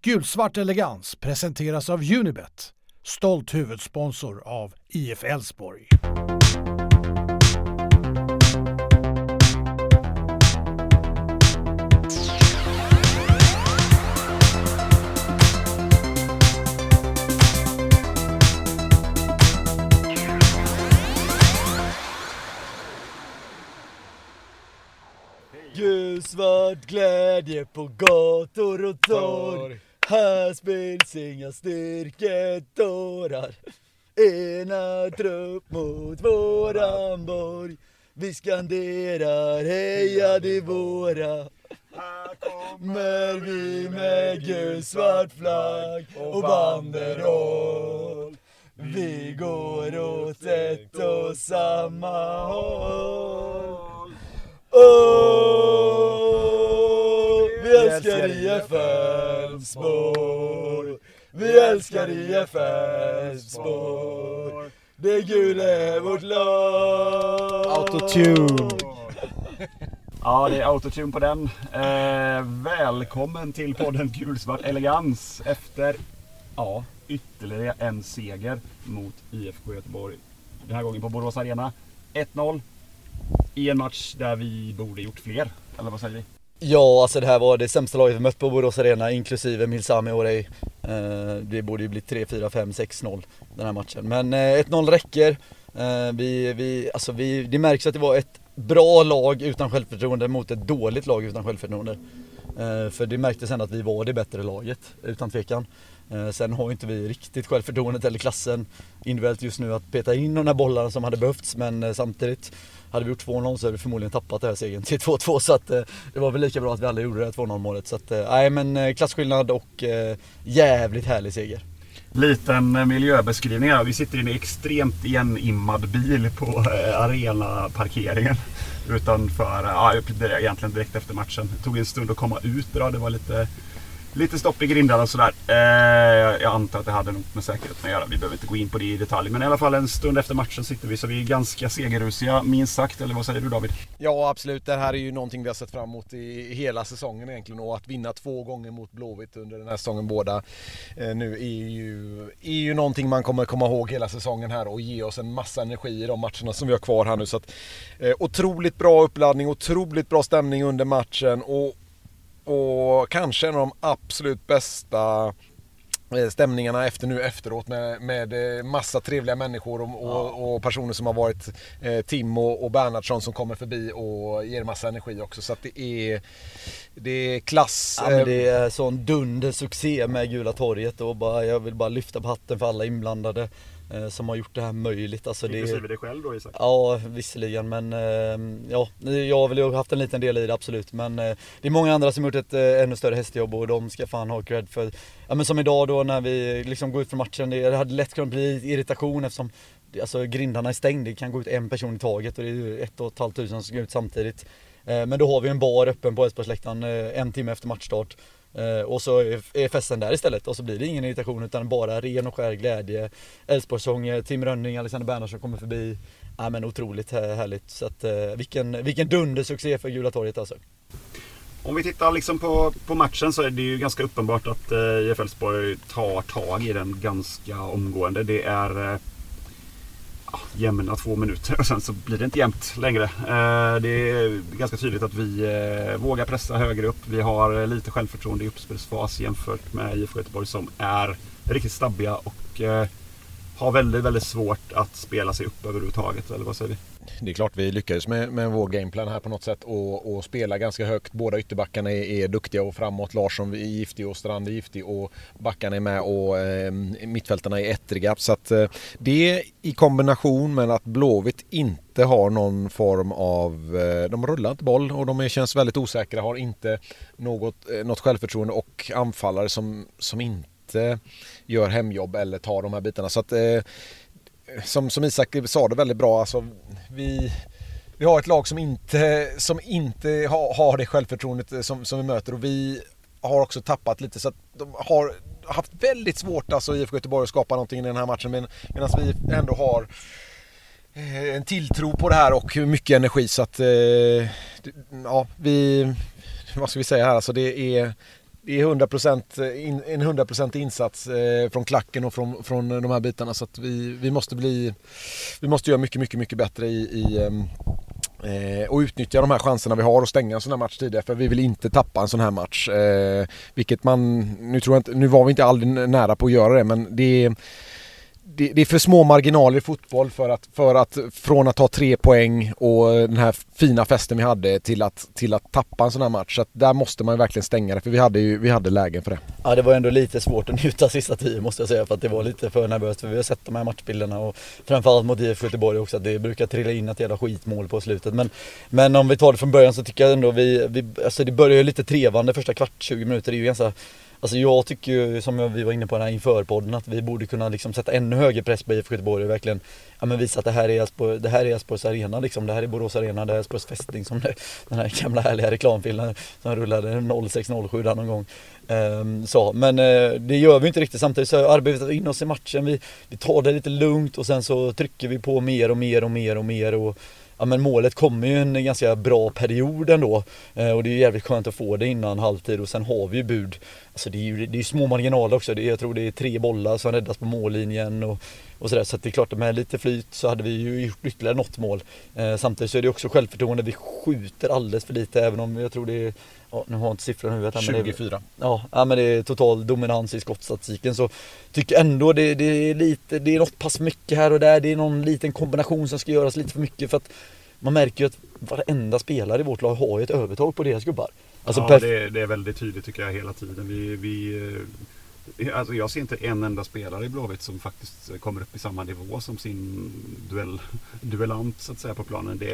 Gulsvart elegans presenteras av Unibet, stolt huvudsponsor av IF Elfsborg. Gulsvart glädje på gator och torg. Här spils inga styrketårar. Ena trupp mot våran borg. Vi skanderar heja det våra. Här kommer vi med gulsvart flagg och banderoll. Vi går åt ett och samma håll. Vi älskar IF Elfsborg. Vi älskar IF Elfsborg. Det gula är vårt lag. Autotune. Ja, det är autotune på den. Välkommen till podden Gulsvart elegans efter ytterligare en seger mot IFK Göteborg. Den här gången på Borås Arena. 1-0 i en match där vi borde gjort fler. Eller vad säger vi? Ja, alltså det här var det sämsta laget vi mött på Borås Arena, inklusive Milsami Orey. Det borde ju bli 3-4-5-6-0 den här matchen. Men 1-0 räcker. Det märks att det var ett bra lag utan självförtroende mot ett dåligt lag utan självförtroende. För det märktes sen att vi var det bättre laget, utan tvekan. Sen har inte vi riktigt självförtroendet eller klassen individuellt just nu att peta in de här bollarna som hade behövts. Men samtidigt, hade vi gjort 2-0 så hade vi förmodligen tappat det här segern till 2-2. Så att, det var väl lika bra att vi aldrig gjorde det här 2-0 målet. Så att, klasskillnad och jävligt härlig seger. Liten miljöbeskrivning här. Vi sitter i en extremt igenimmad bil på arenaparkeringen utanför, egentligen direkt efter matchen. Det tog en stund att komma ut då, det var lite stopp i grindarna och sådär. Jag antar att det hade något med säkerheten att göra. Vi behöver inte gå in på det i detalj. Men i alla fall en stund efter matchen sitter vi, så vi är ganska segerrusiga, minst sagt. Eller vad säger du, David? Ja, absolut. Det här är ju någonting vi har sett fram emot i hela säsongen egentligen. Och att vinna 2 gånger mot Blåvitt under den här säsongen båda nu är ju någonting man kommer komma ihåg hela säsongen här. Och ge oss en massa energi i de matcherna som vi har kvar här nu. Så att, otroligt bra uppladdning, otroligt bra stämning under matchen. Och kanske en av de absolut bästa stämningarna efteråt med massa trevliga människor och personer som har varit Tim och Bernhardsson som kommer förbi och ger massa energi också. Så att det är klass. Ja, men det är sån dundersuccé med Gula torget och jag vill bara lyfta på hatten för alla inblandade som har gjort det här möjligt. Alltså inklusive dig själv då, Isak? Ja, visserligen, men jag har väl haft en liten del i det, absolut. Men det är många andra som har gjort ett ännu större hästjobb och de ska fan ha cred för. Ja, men som idag då när vi liksom går ut från matchen, det hade lätt kunnat bli irritation eftersom grindarna är stängda. Det kan gå ut en person i taget och det är ju 1 500 som ska ut samtidigt. Men då har vi en bar öppen på Älvsborgsläktaren 1 timme efter matchstart. Och så är festen där istället och så blir det ingen irritation utan bara ren och skär glädje. Älvsborgssånger, Tim Rönning, Alexander Bernhardsson kommer förbi. Ja, men otroligt härligt. Så att, vilken dundersuccé för Gula torget alltså. Om vi tittar liksom på matchen så är det ju ganska uppenbart att IF Elfsborg tar tag i den ganska omgående. Det är jämna 2 minuter och sen så blir det inte jämnt längre. Det är ganska tydligt att vi vågar pressa högre upp. Vi har lite självförtroende i uppspelsfas jämfört med IFK Göteborg som är riktigt stabbiga och har väldigt, väldigt svårt att spela sig upp överhuvudtaget. Eller vad säger vi? Det är klart vi lyckades med vår gameplan här på något sätt och spela ganska högt. Båda ytterbackarna är duktiga och framåt. Larsson är giftig och Strand är giftig och backarna är med och mittfältarna är ettriga. Så att det i kombination med att Blåvitt inte har någon form av, de rullar inte boll och de känns väldigt osäkra, har inte något självförtroende och anfallare som inte gör hemjobb eller tar de här bitarna. Så att som Isak sa det väldigt bra, alltså vi har ett lag som inte har det självförtroendet som vi möter och vi har också tappat lite så att de har haft väldigt svårt alltså IFK Göteborg att skapa någonting i den här matchen medan vi ändå har en tilltro på det här och mycket energi så att vad ska vi säga här, alltså det är det är 100% en 100% insats från klacken och från de här bitarna, så att vi måste göra mycket bättre och utnyttja de här chanserna vi har och stänga en sån här match tidigare, för vi vill inte tappa en sån här match, vilket nu var vi inte aldrig nära på att göra det, men det är för små marginaler i fotboll för att från att ta 3 poäng och den här fina festen vi hade till att tappa en sån här match. Så att där måste man verkligen stänga det, för vi hade lägen för det. Ja, det var ändå lite svårt att njuta sista 10 måste jag säga, för att det var lite för nervöst, för vi har sett de här matchbilderna och framförallt mot IFK Göteborg också, att det brukar trilla in ett jävla skitmål på slutet. Men om vi tar det från början så tycker jag ändå alltså det börjar ju lite trevande första 20 minuter, det är ju ganska. Alltså jag tycker ju, som vi var inne på den här införpodden, att vi borde kunna liksom sätta ännu högre press på IFK Göteborg och verkligen visa att det här är Elfsborgs arena liksom, det här är Borås arena, det här är Elfsborgs fästning, som den här gamla härliga reklamfilmen som rullade 06-07 där någon gång. Men det gör vi inte riktigt. Samtidigt så arbetar vi in oss i matchen, vi tar det lite lugnt och sen så trycker vi på mer och men målet kommer ju en ganska bra period ändå, och det är jävligt skönt att få det innan halvtid, och sen har vi ju bud. Alltså det är ju små marginaler också, jag tror det är 3 bollar som räddas på mållinjen och sådär, så att det är klart att med lite flyt så hade vi ju gjort ytterligare något mål. Samtidigt så är det också självförtroende, vi skjuter alldeles för lite, även om jag tror det är, nu har jag inte siffrorna i huvudet här, 24. Men det är total dominans i skottstatistiken, så tycker jag ändå det är lite, det är något pass mycket här och där, det är någon liten kombination som ska göras lite för mycket, för att man märker ju att varenda spelare i vårt lag har ju ett övertag på deras gubbar. Alltså det är väldigt tydligt tycker jag hela tiden. Alltså jag ser inte en enda spelare i Blåvitt som faktiskt kommer upp i samma nivå som sin duellant så att säga på planen. Det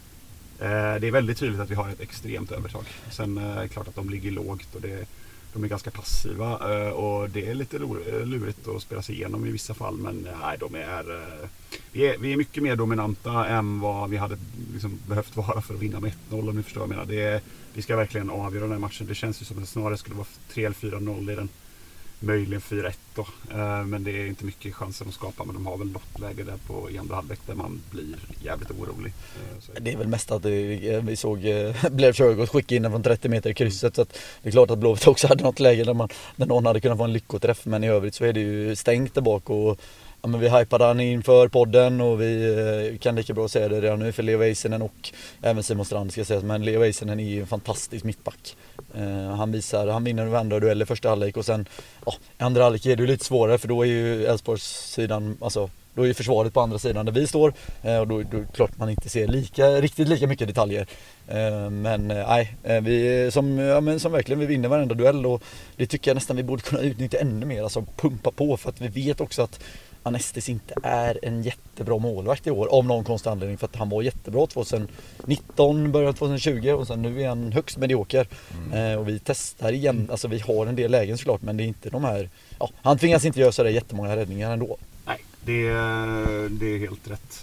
är väldigt tydligt att vi har ett extremt övertag. Sen är det klart att de ligger lågt och de är ganska passiva, och det är lite lurigt att spela sig igenom i vissa fall, men nej, vi är mycket mer dominanta än vad vi hade liksom behövt vara för att vinna med 1-0, om ni förstår vad jag menar. Vi ska verkligen avgöra den här matchen. Det känns ju som att det snarare skulle vara 3 eller 4-0 i den. Möjligen 4-1 då, men det är inte mycket chansen att skapa, men de har väl något läge där i andra halvlek där man blir jävligt orolig. Det är väl mest att vi såg blev Sjögård skicka in den från 30 meter i krysset, så att det är klart att Blåvitt också hade något läge där någon hade kunnat få en lyckoträff, men i övrigt så är det ju stängt där bak, och men vi hypade han inför podden, och vi kan lika bra säga det redan nu för Leo Väisänen och även Simon Strand ska sägas, men Leo Väisänen är ju en fantastisk mittback. Han vinner och vänder dueller första halvlek, och sen i andra halvlek är det lite svårare, för då är ju Elfsborgs sidan, alltså då är ju försvaret på andra sidan där vi står, och då är det klart man inte ser riktigt lika mycket detaljer. Men vi som verkligen vi vinner varenda duell, och det tycker jag nästan vi borde kunna utnyttja ännu mer, alltså pumpa på, för att vi vet också att Anestis inte är en jättebra målvakt i år av någon konstig anledning, för att han var jättebra 2019, början 2020, och sen nu är han högst medioker. Och vi testar igen, alltså vi har en del lägen såklart, men det är inte de här, han tvingas inte göra så där jättemånga räddningar ändå. Nej, det är helt rätt.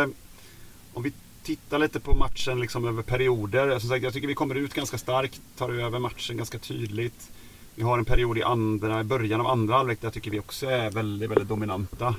Om vi tittar lite på matchen liksom över perioder, som sagt, jag tycker vi kommer ut ganska starkt, tar över matchen ganska tydligt. Vi har en period i början av andra halvlek där jag tycker vi också är väldigt, väldigt dominanta.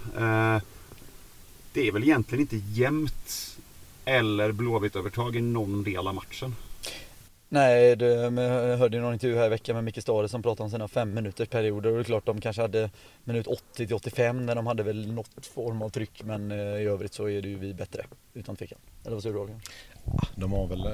Det är väl egentligen inte jämnt eller Blåvitt övertag i någon del av matchen. Nej, jag hörde någon intervju här i veckan med Micke Stare som pratade om sina 5 minuters perioder, och det är klart de kanske hade minut 80-85 när de hade väl något form av tryck, men i övrigt så är det ju vi bättre, utan tvekan. Eller vad säger du, Roland? De har väl,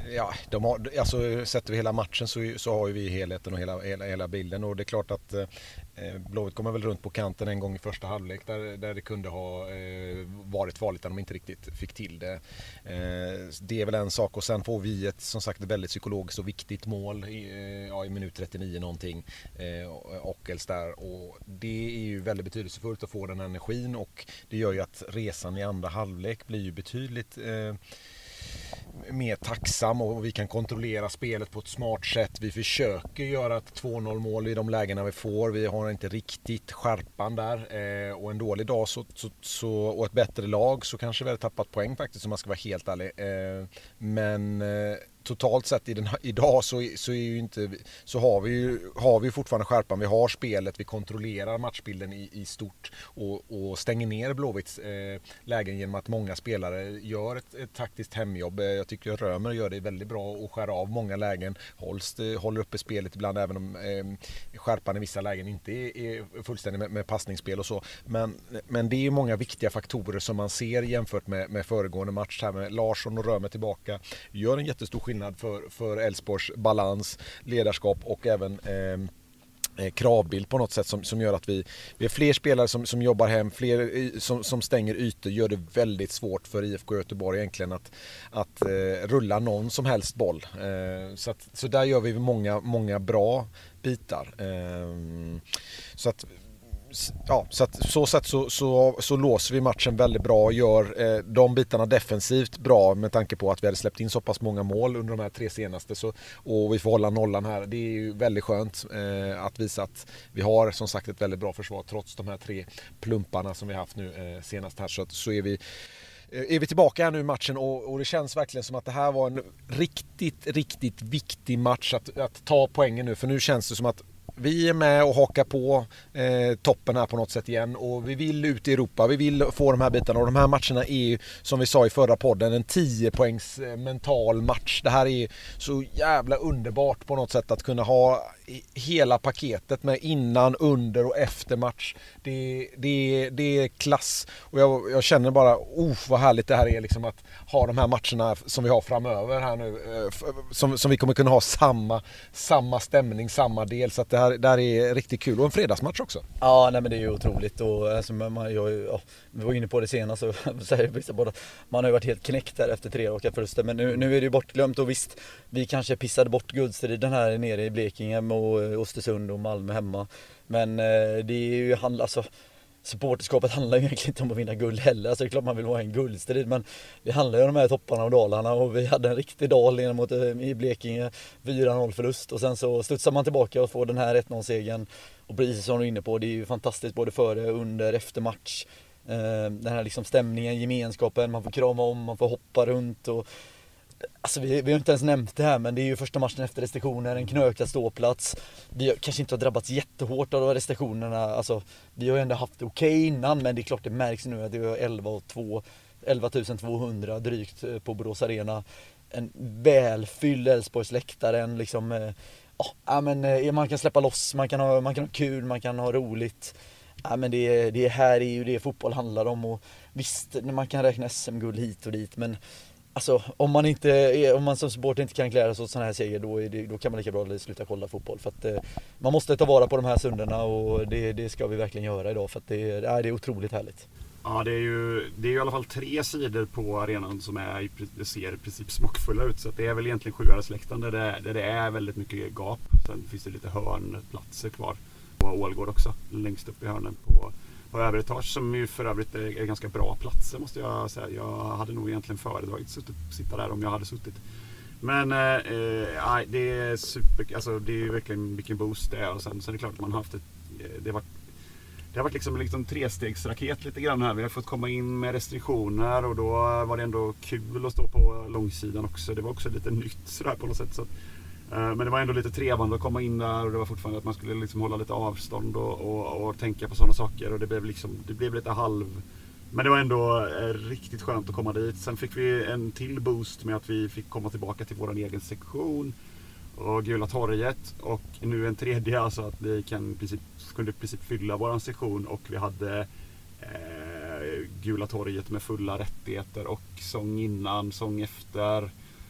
alltså sätter vi hela matchen så har ju vi helheten och hela bilden, och det är klart att Blåvitt kommer väl runt på kanten en gång i första halvlek där det kunde ha varit farligt, där de inte riktigt fick till det. Det är väl en sak, och sen får vi ett väldigt psykologiskt och viktigt mål i minut 39 någonting, Ockels där, och det är ju väldigt betydelsefullt att få den energin, och det gör ju att resan i andra halvlek blir ju betydligt mer tacksam, och vi kan kontrollera spelet på ett smart sätt. Vi försöker göra ett 2-0 mål i de lägena vi får. Vi har inte riktigt skärpan där, och en dålig dag och ett bättre lag så kanske vi hade tappat poäng faktiskt, om man ska vara helt ärlig. Men totalt sett idag så är ju inte, så har vi fortfarande skärpan, vi har spelet, vi kontrollerar matchbilden i stort och stänger ner Blåvitts lägen genom att många spelare gör ett taktiskt hemjobb. Jag tycker att Römer gör det väldigt bra och skär av många lägen, håller uppe spelet ibland även om skärpan i vissa lägen inte är fullständig med passningsspel och så. Men det är många viktiga faktorer som man ser jämfört med föregående match här med Larsson och Römer tillbaka. Gör en jättestor skillnad för Elfsborgs balans, ledarskap och även kravbild på något sätt som gör att vi är fler spelare som jobbar hem, fler som stänger ytor, gör det väldigt svårt för IFK Göteborg egentligen att rulla någon som helst boll. Så där gör vi många bra bitar. Så låser vi matchen väldigt bra och gör de bitarna defensivt bra med tanke på att vi hade släppt in så pass många mål under de här 3 senaste och vi får hålla nollan här. Det är ju väldigt skönt att visa att vi har som sagt ett väldigt bra försvar trots de här 3 plumparna som vi haft nu senast här, så är vi tillbaka här nu i matchen och det känns verkligen som att det här var en riktigt viktig match att ta poängen nu, för nu känns det som att vi är med och hakar på toppen här på något sätt igen och vi vill ut i Europa, vi vill få de här bitarna och de här matcherna är ju, som vi sa i förra podden, en 10-poängs mental match. Det här är så jävla underbart på något sätt att kunna ha hela paketet med innan, under och efter match. Det är klass och jag känner bara vad härligt det här är liksom, att ha de här matcherna som vi har framöver här nu, som vi kommer kunna ha samma stämning, samma del, så att det här är riktigt kul och en fredagsmatch också. Ja, nej, men det är ju otroligt och alltså, vi var inne på det senast och säger vissa båda, man har ju varit helt knäckt här efter 3 raka förluster, men nu är det ju bortglömt och visst, vi kanske pissade bort guldstriden här nere i Blekinge och Östersund och Malmö hemma, men det är ju alltså supporterskapet handlar ju egentligen inte om att vinna guld heller. Alltså det är klart man vill ha en guldstrid, men det handlar ju om de här topparna och dalarna och vi hade en riktig dal i Blekinge, 4-0 förlust och sen så studsar man tillbaka och får den här 1-0-segern och precis som du är inne på, det är ju fantastiskt både före, under, efter match. Den här liksom stämningen, gemenskapen, man får krama om, man får hoppa runt och alltså vi har inte ens nämnt det här, men det är ju första matchen efter restriktioner, en knökad ståplats. Vi har kanske inte drabbats jättehårt av restriktionerna, alltså vi har ju ändå haft det okej innan, men det är klart det märks nu att det är 11 200 drygt på Borås Arena. En välfylld Elfsborgs läktare, liksom, man kan släppa loss, man kan ha kul, man kan ha roligt. Ja, men det här är ju det fotboll handlar om och visst, man kan räkna SM-guld hit och dit, men alltså, om man som supporter inte kan klära sig åt sådana här seger, då kan man lika bra sluta kolla fotboll. För att man måste ta vara på de här stunderna och det ska vi verkligen göra idag, för att det är otroligt härligt. Ja, det är ju i alla fall 3 sidor på arenan som ser i princip smockfulla ut. Så att det är väl egentligen 7-läktaren där det är väldigt mycket gap. Sen finns det lite hörnplatser kvar på Ålgård också, längst upp i hörnen på överetage, som ju för övrigt är ganska bra platser måste jag säga. Jag hade nog egentligen föredragit sitta där om jag hade suttit. Men det är super, alltså det är ju verkligen vilken boost det är. Och sen är det klart att man har haft det har varit liksom 3-stegsraket lite grann här. Vi har fått komma in med restriktioner och då var det ändå kul att stå på långsidan också. Det var också lite nytt sådär på något sätt. Så att, men det var ändå lite trevande att komma in där och det var fortfarande att man skulle liksom hålla lite avstånd och tänka på sådana saker. Och det blev lite men det var ändå riktigt skönt att komma dit. Sen fick vi en till boost med att vi fick komma tillbaka till vår egen sektion och Gula torget, och nu en tredje, alltså att vi kunde i princip fylla våran sektion, och vi hade Gula torget med fulla rättigheter och sång innan, sång efter.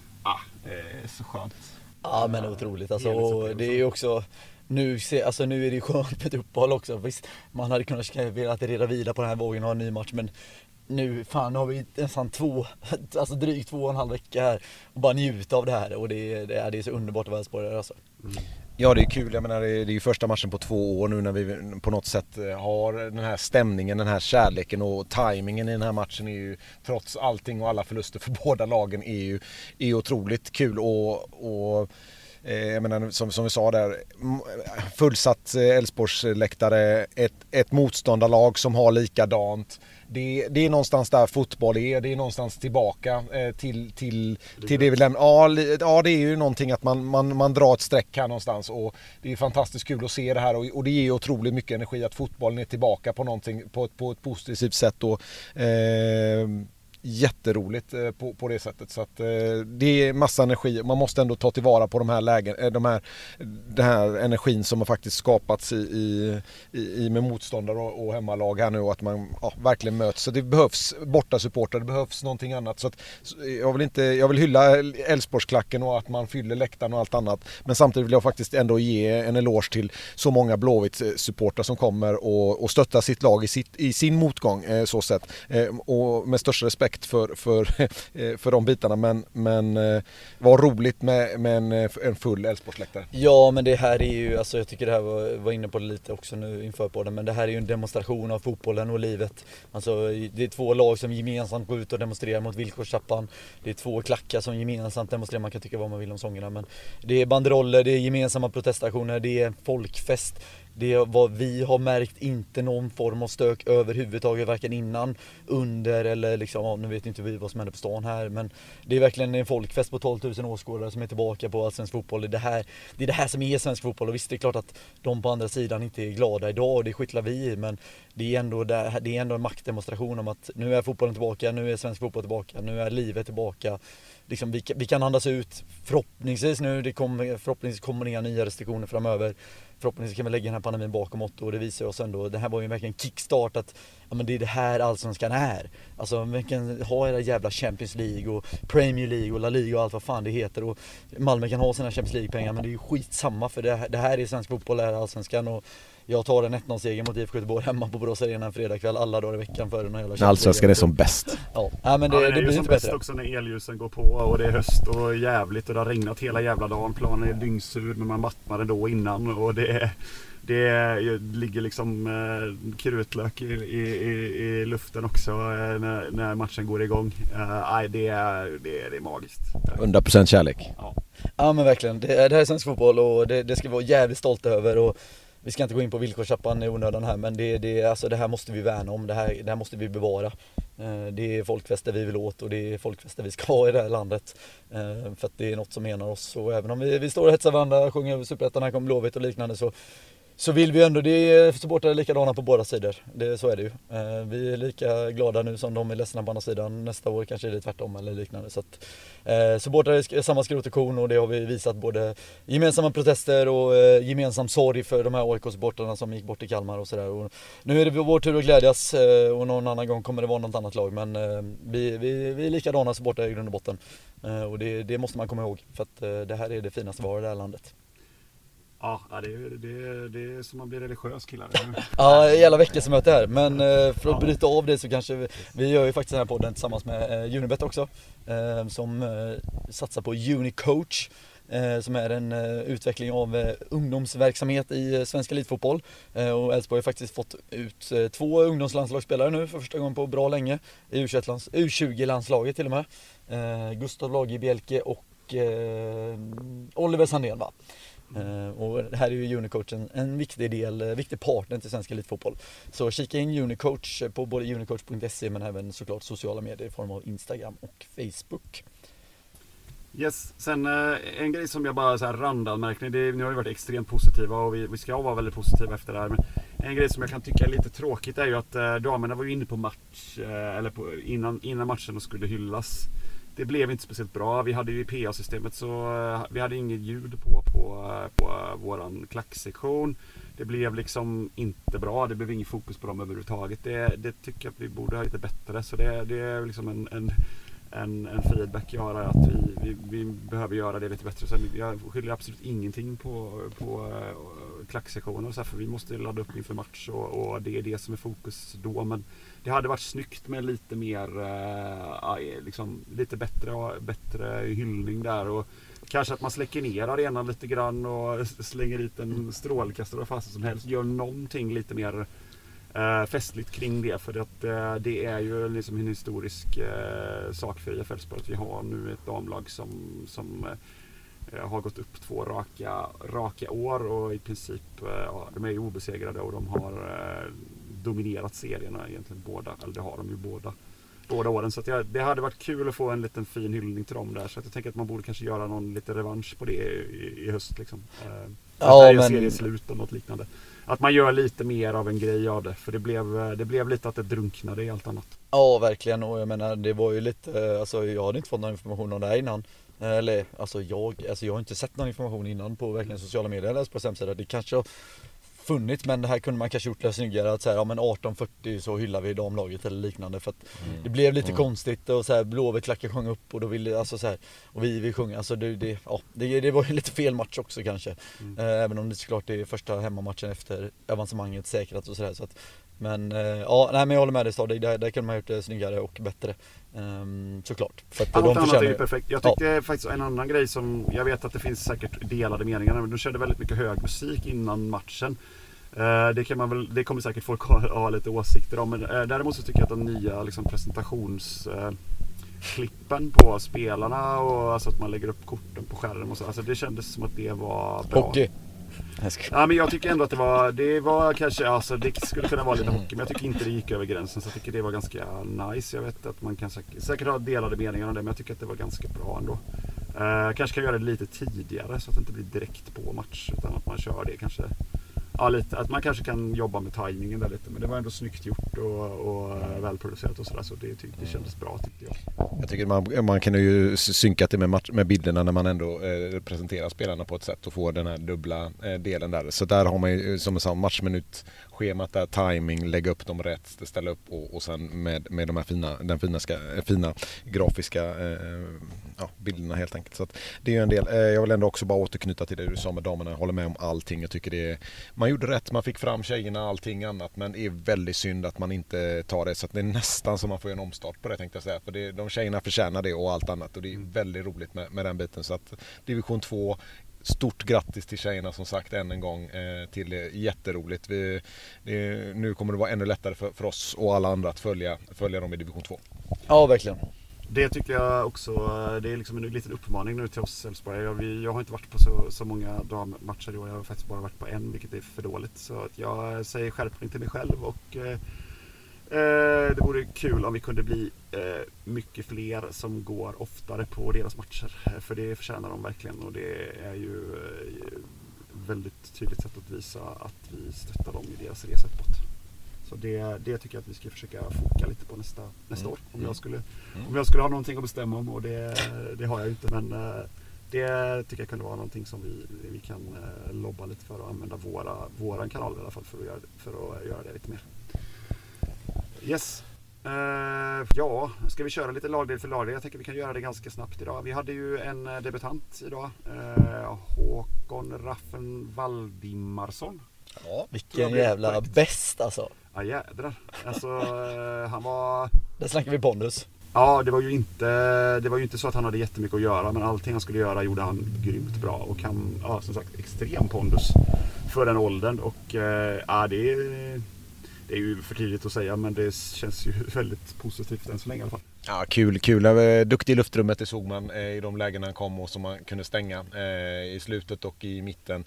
Så skönt. Ja, men otroligt alltså, och det är ju också nu är det ju skönt med ett uppehåll också. Visst, man hade kunnat velat reda vidare på den här vågen och ha en ny match, men nu fan har vi nästan drygt 2,5 veckor här och bara njuta av det här, och det är så underbart att vara Elfsborgare alltså. Ja, det är kul. Jag menar, det är ju första matchen på 2 år nu när vi på något sätt har den här stämningen, den här kärleken, och tajmingen i den här matchen är ju, trots allting och alla förluster för båda lagen, är otroligt kul. Och jag menar, som vi sa där, fullsatt Elfsborgs läktare, ett motståndarlag som har likadant. det är någonstans där fotboll är. Det är någonstans tillbaka till det vi lämnar. Ja, det är ju någonting att man drar ett streck här någonstans, och det är fantastiskt kul att se det här, och det ger otroligt mycket energi att fotbollen är tillbaka på någonting på ett positivt sätt, och jätteroligt på det sättet. Så att det är massa energi. Man måste ändå ta tillvara på de här lägen, den här energin som har faktiskt skapats med motståndare och hemmalag här nu, och att man verkligen möts. Så det behövs borta supporter, det behövs någonting annat. Så att jag vill hylla Elfsborgsklacken och att man fyller läktaren och allt annat, men samtidigt vill jag faktiskt ändå ge en eloge till så många Blåvitt-supportrar som kommer och stöttar sitt lag i sin motgång, så sett, och med största respekt för de bitarna, men var roligt med en full Elfsborgsläktare. Ja, men det här är ju, alltså jag tycker det här var inne på det lite också nu inför på det, men det här är ju en demonstration av fotbollen och livet. Alltså det är två lag som gemensamt går ut och demonstrerar mot villkorstrappan. Det är två klackar som gemensamt demonstrerar, man kan tycka vad man vill om sångerna, men det är banderoller, det är gemensamma protestaktioner, det är folkfest. Det är vad vi har märkt, inte någon form av stök överhuvudtaget, varken innan, under eller liksom, nu vet inte vi vad som händer på stan här, men det är verkligen en folkfest på 12 000 åskådare som är tillbaka på allsvensk fotboll. Det är det här som är svensk fotboll, och visst, det är klart att de på andra sidan inte är glada idag, och det skitlar vi i, men det är ändå en maktdemonstration om att nu är fotbollen tillbaka, nu är svensk fotboll tillbaka, nu är livet tillbaka. Liksom, vi kan andas ut, förhoppningsvis kommer inga nya restriktioner framöver. Förhoppningsvis kan vi lägga den här pandemin bakom oss, och det visar oss ändå, det här var ju verkligen kickstart att men det är det här allsvenskan är. Alltså vi kan ha era jävla Champions League och Premier League och La Liga och allt vad fan det heter, och Malmö kan ha sina Champions League-pengar, men det är ju skitsamma, för det här är svensk fotboll, det här är allsvenskan, och jag tar en 1-0-seger mot IFK Göteborg hemma på Borås Arena en fredagkväll alla dagar i veckan före den jävla allsvenskan är som bäst. Ja, men det blir inte bättre också när elljusen går på och det är höst och jävligt och det har regnat hela jävla dagen. Planen är dyngsur, men man vattnade då innan, och det ligger liksom krutlök i luften också när matchen går igång. Det är magiskt. 100% kärlek. Ja, men verkligen. Det här är svensk fotboll, och det ska vi vara jävligt stolta över, och vi ska inte gå in på villkorstrappan i onödan här, men det här måste vi värna om, det här måste vi bevara. Det är folkfester vi vill åt, och det är folkfester vi ska ha i det här landet, för att det är något som menar oss. Och även om vi står och hetsar varandra, sjunger över Superettan, här kommer Blåvitt och liknande, så vill vi ändå, det är supportrar likadana på båda sidor. Så är det ju. Vi är lika glada nu som de är ledsna på andra sidan. Nästa år kanske är det tvärtom eller liknande. Så att supportrar är samma skrot och korn, och det har vi visat, både gemensamma protester och gemensam sorg för de här AIK-supportrarna som gick bort i Kalmar och sådär. Nu är det vår tur att glädjas, och någon annan gång kommer det vara något annat lag. Men vi är likadana supportrar i grund och botten. Och det måste man komma ihåg, för att det här är det finaste vi har i det här landet. Ja, det är som man blir religiös, killar. Ja, jävla väckelsemöte här. Men för att bryta av det så kanske vi gör ju faktiskt den här podden tillsammans med Unibet också, som satsar på Unicoach, som är en utveckling av ungdomsverksamhet i svensk elitfotboll. Och Elfsborg har faktiskt fått ut 2 ungdomslandslagsspelare nu för första gången på bra länge i U20-landslaget till och med. Gustav Lage Bielke och Oliver Sandén, va? Och här är ju Unicoach en viktig partner till svensk elitfotboll. Så kika in Unicoach på både unicoach.se, men även såklart sociala medier i form av Instagram och Facebook. Yes, sen en grej som jag bara så här randanmärkning, nu har vi varit extremt positiva, och vi ska vara väldigt positiva efter det här, men en grej som jag kan tycka är lite tråkigt är ju att damerna var ju inne på match innan matchen och skulle hyllas. Det blev inte speciellt bra. Vi hade ju i PA-systemet, så vi hade inget ljud på våran klacksektion. Det blev liksom inte bra. Det blev ingen fokus på dem överhuvudtaget. Det tycker jag att vi borde ha lite bättre. Så det är liksom en feedback jag har, att vi behöver göra det lite bättre. Så jag skyller absolut ingenting på klacksektioner och så här, för vi måste ladda upp inför match, och det är det som är fokus då. Men det hade varit snyggt med lite mer liksom lite bättre hyllning där, och kanske att man släcker ner arenan lite grann och slänger dit en strålkastare fast som helst, gör någonting lite mer festligt kring det, för att det är ju liksom en historisk sak för IF Elfsborg att vi har nu ett damlag som har gått upp 2 raka år, och i princip de är ju obesegrade, och de har dominerat serierna egentligen båda, eller det har de ju båda åren. Så att det hade varit kul att få en liten fin hyllning till dem där. Så att jag tänker att man borde kanske göra någon lite revansch på det i höst liksom. Serieslut och något liknande. Att man gör lite mer av en grej av det. För det blev lite att det drunknade i allt annat. Ja, verkligen. Och jag menar, det var ju lite, alltså jag hade inte fått någon information om det här innan. Eller, jag har inte sett någon information innan på verkligen sociala medier eller på hemsidan. Det kanske har funnits, men det här kunde man kanske gjort det snyggare att säga, ja men 18:40 så hyllar vi damlaget eller liknande, för att det blev lite konstigt och så här Blåvitt klackar sjöng upp och då ville alltså så här, och vi sjunger, alltså det var ju lite fel match också kanske. Även om det såklart är första hemmamatchen efter avancemanget säkrat och sådär, så att men men jag håller med dig, där kunde man gjort det snyggare och bättre. Såklart. För att allt annat är ju perfekt. Jag tyckte faktiskt en annan grej som, jag vet att det finns säkert delade meningar, men de körde väldigt mycket hög musik innan matchen. Det kommer säkert folk ha lite åsikter om, men däremot så tycker jag att de nya liksom, presentationsklippen på spelarna och alltså att man lägger upp korten på skärmen och så, alltså det kändes som att det var bra. Hockey. Ja, men jag tycker ändå att det var kanske, alltså det skulle kunna vara lite hockey, men jag tycker inte det gick över gränsen, så jag tycker det var ganska nice. Jag vet att man kan säkert ha delade meningar om det, men jag tycker att det var ganska bra ändå. Kanske kan göra det lite tidigare så att det inte blir direkt på match, utan att man kör det kanske, ja lite, att man kanske kan jobba med tajmingen där lite, men det var ändå snyggt gjort och välproducerat och sådär, så det kändes bra tyckte jag. Jag tycker man kan ju synka det med bilderna när man ändå presenterar spelarna på ett sätt och får den här dubbla delen där. Så där har man ju som en matchminutschemat där, timing, lägga upp dem rätt, ställa upp och sen med de här fina grafiska bilderna helt enkelt. Så att det är ju en del. Jag vill ändå också bara återknyta till det du sa med damerna. Jag håller med om allting. Jag tycker man gjorde rätt, man fick fram tjejerna, allting annat, men det är väldigt synd att man inte tar det, så att det är nästan som man får en omstart på det, tänkte jag säga, för de tjejerna förtjänar det och allt annat, och det är väldigt roligt med den biten. Så att division 2, stort grattis till tjejerna som sagt än en gång till det. Jätteroligt. Nu kommer det vara ännu lättare för oss och alla andra att följa dem i division 2. Ja, verkligen. Det tycker jag också, det är liksom en liten uppmaning nu till oss Elfsborg. Jag har inte varit på så många dammatcher i år, jag har faktiskt bara varit på en, vilket är för dåligt. Så att jag säger skärpning till mig själv, och det vore kul om vi kunde bli mycket fler som går oftare på deras matcher. För det förtjänar de verkligen, och det är ju väldigt tydligt sätt att visa att vi stöttar dem i deras resa uppåt. Så det tycker jag att vi ska försöka foka lite på nästa år. Om jag skulle ha någonting att bestämma om, och det har jag ju inte, men det tycker jag kunde vara någonting som vi kan lobba lite för och använda våran kanal i alla fall för att göra det lite mer. Yes. Ska vi köra lite lagdel för lagdel? Jag tänker vi kan göra det ganska snabbt idag. Vi hade ju en debutant idag, Håkon Raffen Valdimarsson. Ja, vilken jävla bäst alltså. Ja, jädrar. Alltså, han var... Där snackar vi pondus. Ja, det var ju inte så att han hade jättemycket att göra, men allting han skulle göra gjorde han grymt bra, och han, som sagt, extrem pondus för den åldern, och det är ju för tidigt att säga, men det känns ju väldigt positivt än så länge i alla fall. Ja, kul. Duktig i luftrummet, det såg man i de lägena han kom och som man kunde stänga i slutet och i mitten.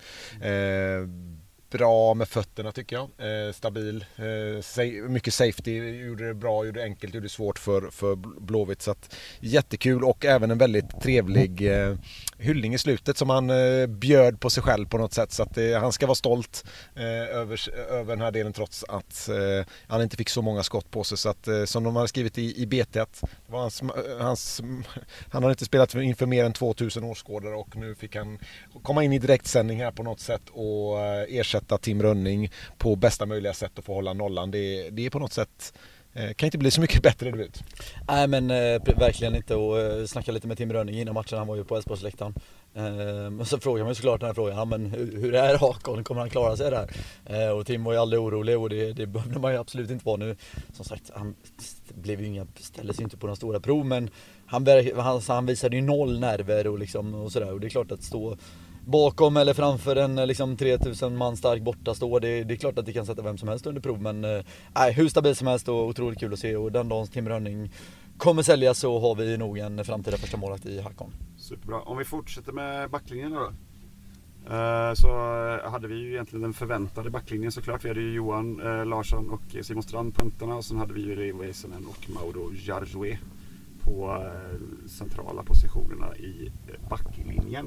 Bra med fötterna tycker jag. Stabil. Mycket safety. Gjorde det bra, gjorde det enkelt, gjorde det svårt för Blåvitt. Så att, jättekul, och även en väldigt trevlig hyllning i slutet som han bjöd på sig själv på något sätt. Så att han ska vara stolt över den här delen, trots att han inte fick så många skott på sig. Så att, som de hade skrivit i BT, att det var han har inte spelat inför mer än 2000 årsskådare, och nu fick han komma in i direktsändning här på något sätt och ersätta Tim Rönning på bästa möjliga sätt och få hålla nollan. Det är på något sätt kan inte bli så mycket bättre debut. Nej, men verkligen inte. Och snacka lite med Tim Rönning innan matchen, han var ju på Älvsborgsläktaren. Och så frågar man ju såklart den här frågan, men hur är Håkon, kommer han klara sig där? Och Tim var ju aldrig orolig, och det behövde man ju absolut inte vara nu. Som sagt, han ställde sig inte på några stora prov, men han visade ju noll nerver och sådär. Och det är klart att stå bakom eller framför en 3000 man stark bortastå, det är klart att det kan sätta vem som helst under prov, men hur stabil som helst och otroligt kul att se, och den dagens Tim Rönning kommer säljas, så har vi nog en framtida första målakt i Hackon. Superbra. Om vi fortsätter med backlinjen då. Så hade vi ju egentligen den förväntade backlinjen såklart. Vi hade ju Johan Larsson och Simon Strand på punterna, och sen hade vi ju Leo Väisänen och Mauro Jarjoué på centrala positionerna i backlinjen.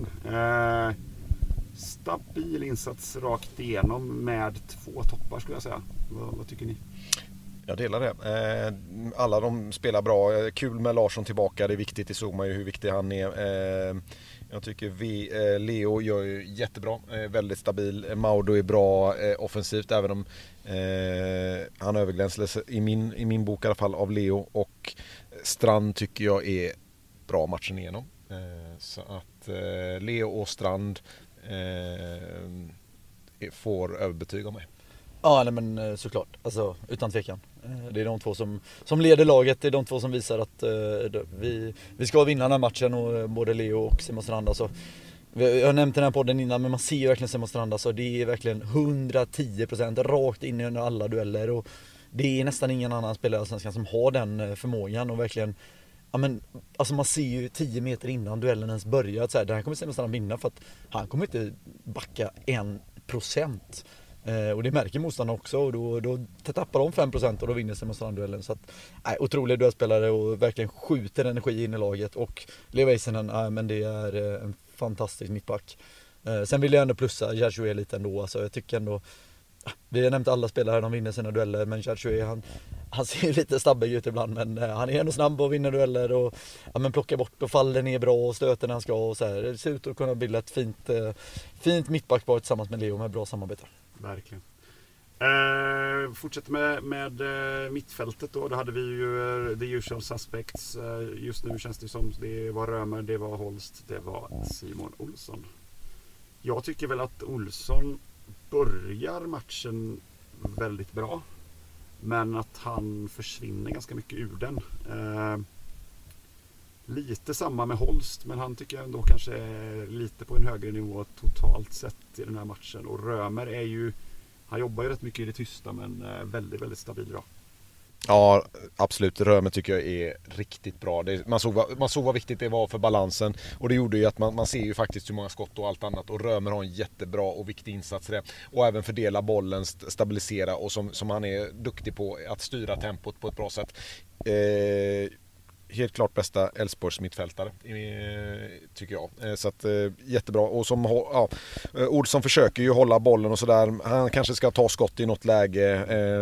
Stabil insats rakt igenom med 2 toppar skulle jag säga. Vad tycker ni? Jag delar det. Alla de spelar bra. Kul med Larsson tillbaka. Det är viktigt. Det såg man ju hur viktig han är. Jag tycker Leo gör ju jättebra. Väldigt stabil. Mauro är bra offensivt, även om han överglänsades i min bok i alla fall av Leo. Och Strand tycker jag är bra matchen igenom. Så att Leo och Strand får överbetyg av mig. Ja, nej, men såklart. Alltså, utan tvekan. Det är de två som leder laget. Det är de två som visar att vi ska vinna den här matchen. Och både Leo och Simon Strand. Alltså, jag har nämnt den här podden innan, men man ser ju verkligen Simon Strand. Alltså, det är verkligen 110% rakt in i alla dueller. Och det är nästan ingen annan spelare som har den förmågan. Och verkligen, ja, men, alltså man ser ju 10 meter innan duellen ens börjar att så här, den här kommer Simon Strand vinna, för att han kommer inte backa 1%. Och det märker motståndarna också, och då tappar de 5% och då vinner Simon Strand-duellen. Så att, otrolig duellspelare och verkligen skjuter energi in i laget. Och Leo Väisänen, men det är en fantastisk mittback. Sen vill jag ändå plussa Jarjoué lite ändå. Alltså, jag tycker ändå, vi har nämnt alla spelare, de vinner sina dueller, men Jarjoué, han ser lite stabbig ut ibland, men han är ändå snabb och vinner dueller och men plockar bort och faller ner bra och stöter när han ska, och så här. Det ser ut att kunna bilda ett fint mittbackpar tillsammans med Leo med bra samarbete. Verkligen. Fortsätter med mittfältet då. Då hade vi ju the usual suspects. Just nu känns det som det var Römer, det var Holst, det var Simon Olsson. Jag tycker väl att Olsson börjar matchen väldigt bra, men att han försvinner ganska mycket ur den. Lite samma med Holst, men han tycker jag ändå kanske är lite på en högre nivå totalt sett i den här matchen. Och Römer är ju, han jobbar ju rätt mycket i det tysta, men väldigt, väldigt stabil bra. Ja, absolut. Römer tycker jag är riktigt bra. Man såg vad viktigt det var för balansen, och det gjorde ju att man ser ju faktiskt hur många skott och allt annat, och Römer har en jättebra och viktig insats där. Och även fördela bollen, stabilisera, och som han är duktig på att styra tempot på ett bra sätt. Helt klart bästa Elfsborgs mittfältare tycker jag. Så att jättebra. Och Olsson försöker ju hålla bollen och sådär. Han kanske ska ta skott i något läge.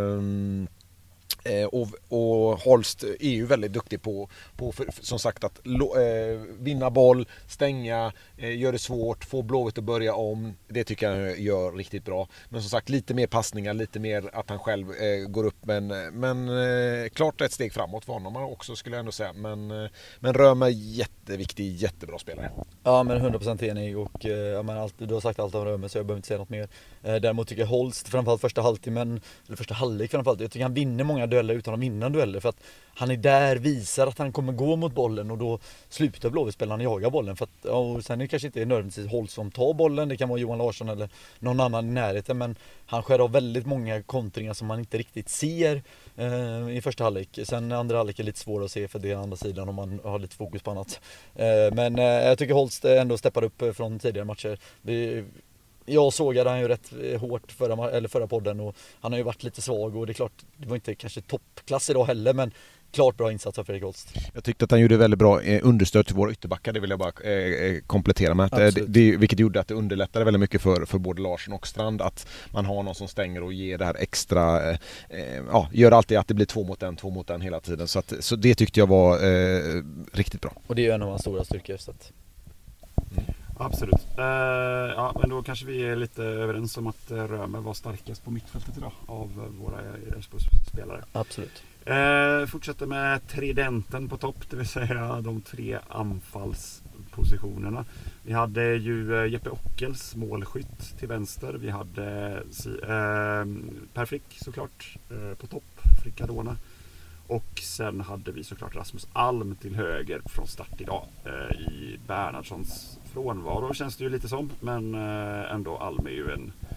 Och Holst är ju väldigt duktig på som sagt att vinna boll, stänga, gör det svårt, få Blåvitt att börja om. Det tycker jag gör riktigt bra. Men som sagt, lite mer passningar, lite mer att han själv går upp. Men klart ett steg framåt för honom också, skulle jag ändå säga. Men Römer jätteviktig, jättebra spelare. Ja, men 100% enig, och du har sagt allt om Römer, så jag behöver inte säga något mer. Däremot tycker jag Holst, framförallt första halvlek framförallt, jag tycker han vinner många dueller utan att vinna dueller, för att han är där, visar att han kommer gå mot bollen, och då slutar Blåvitt-spelarna jaga bollen. För att, och sen är det kanske inte nödvändigtvis Holst som tar bollen, det kan vara Johan Larsson eller någon annan i närheten, men han skär av väldigt många kontringar som man inte riktigt ser i första halvlek. Sen andra halvlek är lite svår att se, för det är andra sidan om man har lite fokus på annat. Men jag tycker Holst ändå steppar upp från tidigare matcher. Jag sågade han ju rätt hårt förra podden, och han har ju varit lite svag, och det är klart, det var inte kanske toppklass idag heller, men klart bra insats av Fredrik Holst. Jag tyckte att han gjorde väldigt bra understöd till våra ytterbackar, det vill jag bara komplettera med. Vilket gjorde att det underlättade väldigt mycket för både Larsson och Strand, att man har någon som stänger och ger det här extra, gör alltid att det blir 2 mot en hela tiden. Så det tyckte jag var riktigt bra. Och det är ju en av hans stora styrkor. Så att... Absolut. Men då kanske vi är lite överens om att Römer var starkast på mittfältet idag av våra spelare. Absolut. Fortsätter med tridenten på topp, det vill säga de 3 anfallspositionerna. Vi hade ju Jeppe Ockels, målskytt, till vänster. Vi hade Per Frick såklart på topp, Frickadona. Och sen hade vi såklart Rasmus Alm till höger från start idag. I Bernhardssons frånvaro känns det ju lite som. Men ändå, Alm är ju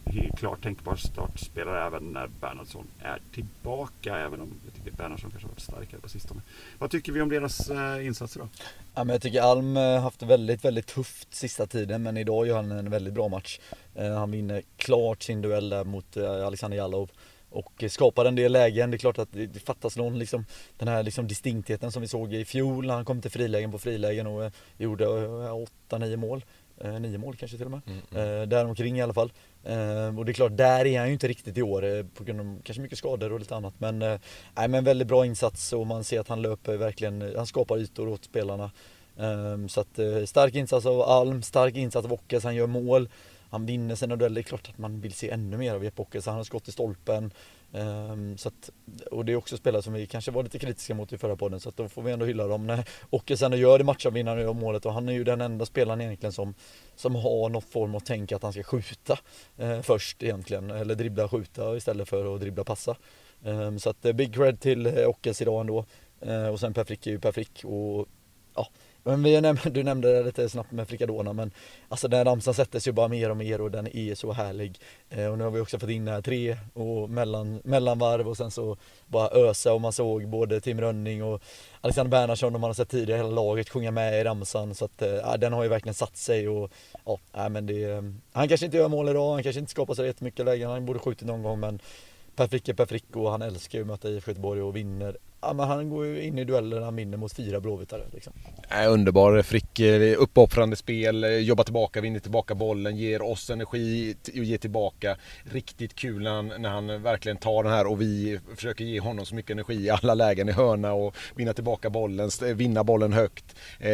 klart tänkbar startspelare även när Bernhardsson är tillbaka, även om jag tycker Bernhardsson kanske har varit starkare på sistone. Vad tycker vi om deras insatser då? Ja, men jag tycker Alm haft väldigt, väldigt tufft sista tiden, men idag gör han en väldigt bra match. Han vinner klart sin duell där mot Alexander Jallow och skapar en del lägen. Det är klart att det fattas någon, liksom, den här liksom distinktheten som vi såg i fjol när han kom till frilägen på frilägen och gjorde 8-9 mål. 9 mål kanske till och med. Däromkring i alla fall. Och det är klart, där är han ju inte riktigt i år på grund av kanske mycket skador och lite annat. Men väldigt bra insats och man ser att han löper verkligen, han skapar ytor åt spelarna. Så att stark insats av Alm, stark insats av Ockels, han gör mål. Han vinner sina dueller. Det är klart att man vill se ännu mer av Jeppe Ockels. Han har skott i stolpen. Så att, och det är också spelare som vi kanske var lite kritiska mot i förra podden, så att då får vi ändå hylla dem när Ockels ändå gör det, matchavvinnaren och målet, och han är ju den enda spelaren egentligen som har någon form av tänk att han ska skjuta först egentligen, eller dribbla skjuta istället för att dribbla passa. Så att big cred till Ockels idag ändå. Och sen Per Frick är ju Per Frick och ja. Men du nämnde det lite snabbt med Frikadona, men alltså den ramsan sätter sig ju bara mer och mer och den är så härlig. Och nu har vi också fått in här 3 och mellanvarv och sen så bara ösa, och man såg både Tim Rönning och Alexander Bernhardsson, och man har sett tidigare hela laget sjunga med i ramsan, så att den har ju verkligen satt sig. Och ja, men han kanske inte gör mål idag, han kanske inte skapar så jättemycket lägen, han borde skjutit någon gång, men Per Frick är Per Frick och han älskar ju att möta IFK Göteborg och vinner. Ja, men han går ju in i dueller, han vinner mot 4 blåvitare liksom. Underbar Frick, uppoffrande spel, jobbar tillbaka, vinner tillbaka bollen, ger oss energi och ger tillbaka. Riktigt kul när han verkligen tar den här, och vi försöker ge honom så mycket energi i alla lägen i hörna och vinna tillbaka bollen, vinna bollen högt.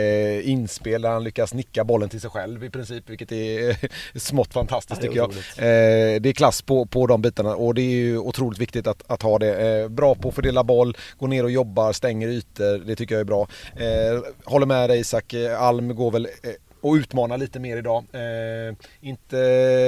Inspel där han lyckas nicka bollen till sig själv i princip, vilket är smått fantastiskt tycker jag. Det är klass på de bitarna, och det är ju otroligt viktigt att ha det. Bra på att fördela boll, gå ner och jobbar, stänger ytor, det tycker jag är bra. Håller med dig Isak, Alm går väl och utmanar lite mer idag. Inte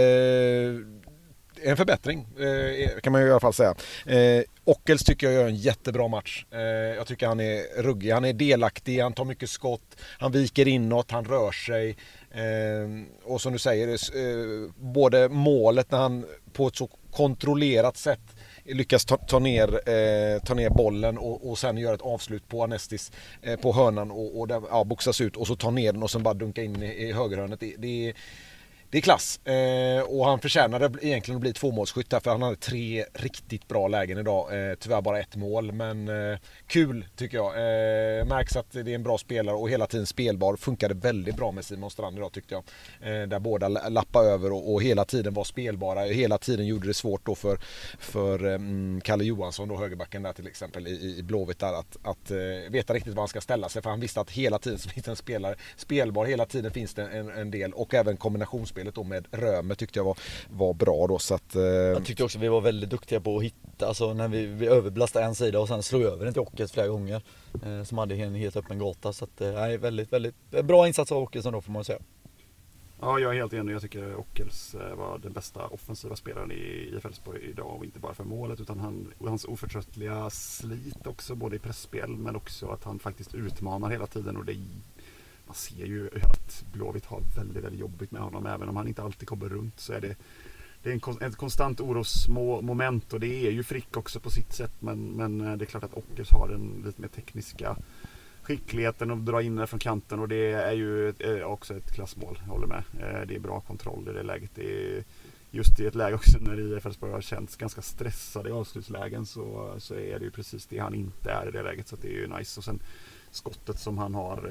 en förbättring kan man ju i alla fall säga. Ockels tycker jag gör en jättebra match. Jag tycker han är ruggig, han är delaktig, han tar mycket skott, han viker inåt, han rör sig. Och som du säger, både målet när han på ett så kontrollerat sätt lyckas ta ner bollen och sen göra ett avslut på Anestis på hörnan och där, boxas ut och så ta ner den och sen bara dunka in i högerhörnet. Det är klass, och han förtjänade egentligen att bli 2-målsskytt här, för han hade 3 riktigt bra lägen idag, tyvärr bara 1 mål, men kul tycker jag. Märks att det är en bra spelare och hela tiden spelbar, funkade väldigt bra med Simon Strand idag tyckte jag, där båda lappade över och hela tiden var spelbara, hela tiden gjorde det svårt då för Kalle Johansson då, högerbacken där till exempel i Blåvitt där, att veta riktigt vad han ska ställa sig, för han visste att hela tiden finns det en spelare spelbar, hela tiden finns det en del, och även kombinationsspelet då med Röme tyckte jag var bra då, så att jag tyckte också vi var väldigt duktiga på att hitta, alltså när vi överbelastade en sida och sen slog över den till Ockels flera gånger, som hade en helt öppen gata, så att väldigt, väldigt bra insats av Ockels då, får man säga. Ja, jag är helt enig. Jag tycker Ockels var den bästa offensiva spelaren i Elfsborg idag, och inte bara för målet utan hans oförtröttliga slit också, både i pressspel men också att han faktiskt utmanar hela tiden, och man ser ju att Blåvitt har väldigt, väldigt jobbigt med honom, även om han inte alltid kommer runt, så är det är ett konstant orosmoment, och det är ju Frick också på sitt sätt, men det är klart att Ockels har den lite mer tekniska skickligheten att dra in det från kanten, och det är ju också ett klassmål, jag håller med. Det är bra kontroll i det läget. Det är just i ett läge också när Elfsborg har känts ganska stressade i avslutslägen, så är det ju precis det han inte är i det läget, så det är ju nice. Och sen skottet som han har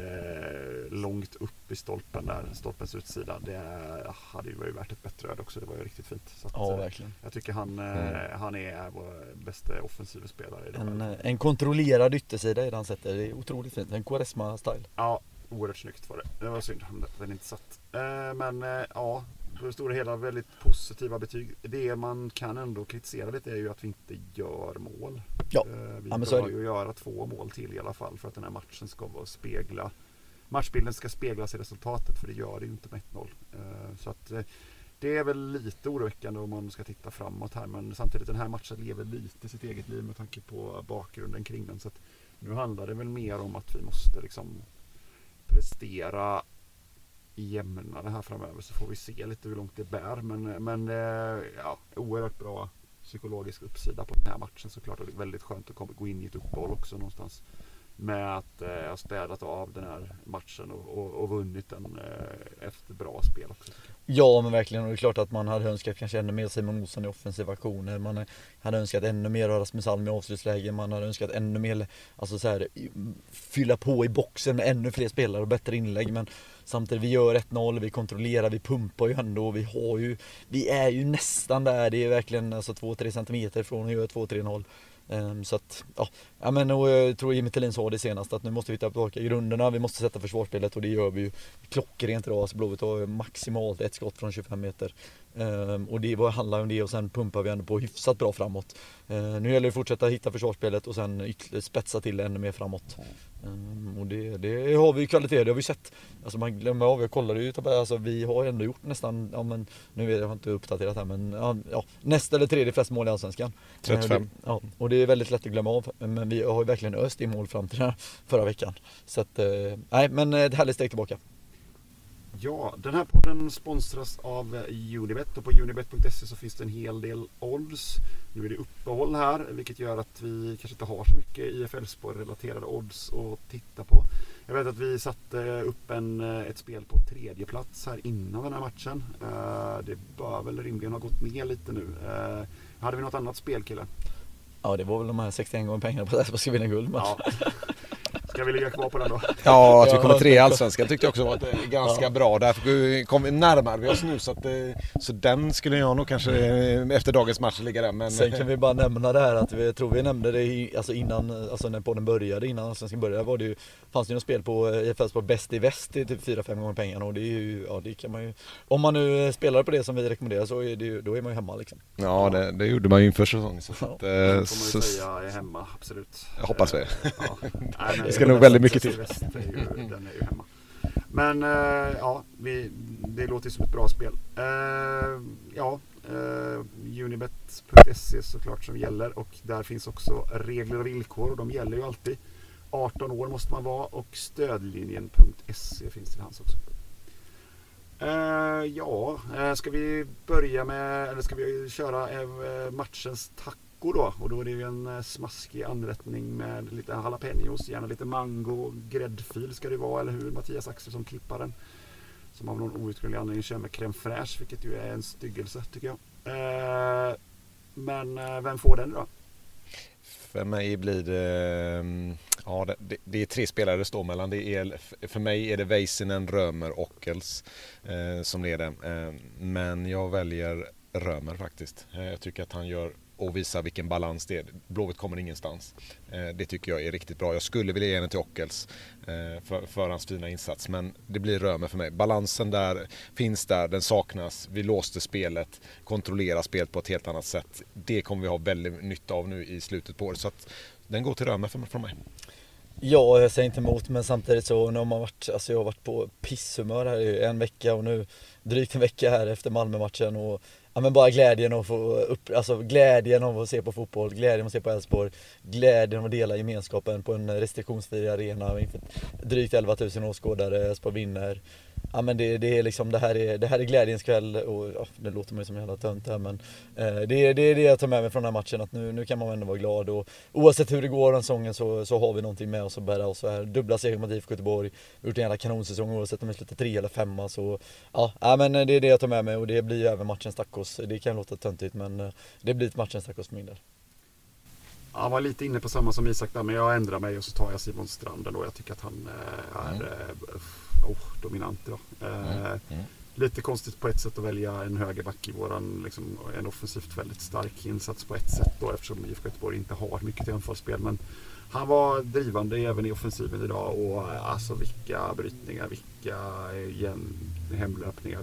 långt upp i stolpen där, stolpens utsida, det hade ju varit värt ett bättre öde också. Det var ju riktigt fint. Så att, ja, verkligen. Jag tycker han är vår bästa offensiva spelare idag. En kontrollerad yttersida i den sättet, det är otroligt fint. En Quaresma-style. Ja, oerhört snyggt var det. Det var synd om den inte satt. Men ja, på det stora hela väldigt positiva betyg. Det man kan ändå kritisera lite är ju att vi inte gör mål. Ja. Vi behöver ju göra 2 mål till i alla fall, för att den här matchen ska matchbilden ska speglas i resultatet, för det gör det ju inte med 1-0. Så att det är väl lite oroväckande om man ska titta framåt här, men samtidigt den här matchen lever lite sitt eget liv med tanke på bakgrunden kring den, så att nu handlar det väl mer om att vi måste liksom prestera jämnare här framöver, så får vi se lite hur långt det bär. Men ja, oerhört bra psykologisk uppsida på den här matchen såklart, och det är väldigt skönt att gå in i ett uppehåll också någonstans med att ha städat av den här matchen och vunnit den efter bra spel också. Ja, men verkligen, och det är klart att man hade önskat kanske ännu mer Simon Olsson i offensiva aktioner, man hade önskat ännu mer Rasmus Alm i avslutsläge, man hade önskat ännu mer, alltså så här, fylla på i boxen med ännu fler spelare och bättre inlägg, men samtidigt vi gör 1-0, vi kontrollerar, vi pumpar ju ändå, vi är ju nästan där, det är verkligen alltså 2-3 centimeter från att göra 2-3-0. Så att, ja men och jag tror Jimmy Thelin sa det senast att nu måste vi ta tillbaka grunderna, vi måste sätta försvarsspelet, och det gör vi ju klockrent idag. Så Blåvitt har maximalt ett skott från 25 meter och det handlar om det, och sen pumpar vi ändå på hyfsat bra framåt. Nu gäller det att fortsätta hitta försvarsspelet och sen spetsa till ännu mer framåt. Och det har vi kvalitet, det har vi sett. Alltså man glömmer av, jag kollade ju, alltså vi har ändå gjort nästan, ja men nu vet jag inte uppdaterat här, men ja, nästa eller tredje flest mål i Allsvenskan. 35. Ja, och det är väldigt lätt att glömma av, men vi har ju verkligen öst i mål fram till den här förra veckan. Så att, nej men ett härligt steg tillbaka. Ja, den här podden sponsras av Unibet, och på unibet.se så finns det en hel del odds. Nu är det uppehåll här, vilket gör att vi kanske inte har så mycket IFL-spår-relaterade odds att titta på. Jag vet att vi satte upp ett spel på 3:e plats här innan den här matchen. Det bör väl rimligen ha gått ner lite nu. Hade vi något annat spel, Kille? Ja, det var väl de här 61 gånger pengarna på att jag ska vinna guld. Ja. Ska vi ligga kvar på den då? Ja, att vi kommer 3 i Allsvenskan tyckte jag också var ganska bra. Därför kom vi närmare oss nu, så den skulle jag nog kanske efter dagens match ligga där. Men sen kan vi bara nämna det här att vi tror vi nämnde det alltså innan, alltså när podden började, innan Allsvenskan började, fanns det ju något spel på IFL på bäst i väst i typ 4-5 gånger pengarna, och det är ju, ja det kan man ju, om man nu spelar på det som vi rekommenderar, så är det ju, då är man ju hemma liksom. Ja, det gjorde man ju inför säsongen, så får man ju säga är hemma, absolut. Jag hoppas det. Ja. Nej, det ska nog väldigt mycket till. Den är ju hemma. Men ja, det låter som ett bra spel. Unibet.se såklart som gäller, och där finns också regler och villkor, och de gäller ju alltid. 18 år måste man vara, och stödlinjen.se finns till hands också. Ska vi börja med, eller ska vi köra matchens taco då? Och då är det ju en smaskig anrättning med lite jalapenos, gärna lite mango, gräddfil ska det vara, eller hur? Mattias Axelsson, klipparen, som av någon outgrundlig anledning kör med crème fraîche, vilket ju är en styggelse tycker jag. Men vem får den då? För mig blir det, det är 3 spelare det står mellan. För mig är det Väisänen, Römer och Ockels som leder. Men jag väljer Römer faktiskt. Jag tycker att han gör och visar vilken balans det är. Blåvitt kommer ingenstans. Det tycker jag är riktigt bra. Jag skulle vilja ge den till Ockels för hans fina insats, men det blir Römer för mig. Balansen där finns där, den saknas. Vi låste spelet, kontrollerar spelet på ett helt annat sätt. Det kommer vi ha väldigt nytta av nu i slutet på året, så att den går till Römer från mig. Ja, jag säger inte emot, men samtidigt så när man jag har varit på pisshumör här i en vecka, och nu drygt en vecka här efter Malmö-matchen, och ja, men bara glädjen att glädjen av att se på fotboll, glädjen av att se på Elfsborg, glädjen av att dela gemenskapen på en restriktionsfri arena inför drygt 11 000 åskådare. Elfsborg vinner. Ja, men det är liksom, det här är glädjens kväll, och det låter mig som en jävla tönt här, men det är det jag tar med mig från den här matchen, att nu kan man ändå vara glad, och oavsett hur det går den säsongen så har vi någonting med oss att bära oss. Här dubbla seger mot IFK Göteborg, gjort en jävla kanonsäsong, oavsett om vi slutar 3 eller 5, så ja, men det är det jag tar med mig, och det blir ju även matchens tacos. Det kan låta töntigt, men det blir ett matchens tacos för min del. Jag var lite inne på samma som Isak där, men jag ändrar mig och så tar jag Simon Strand då. Jag tycker att han är dominant idag. Lite konstigt på ett sätt att välja en högerback i våran, liksom, en offensivt väldigt stark insats på ett sätt då, eftersom IFK Göteborg inte har mycket till anfallsspel, men han var drivande även i offensiven idag, och alltså vilka brytningar, vilka hemlöpningar,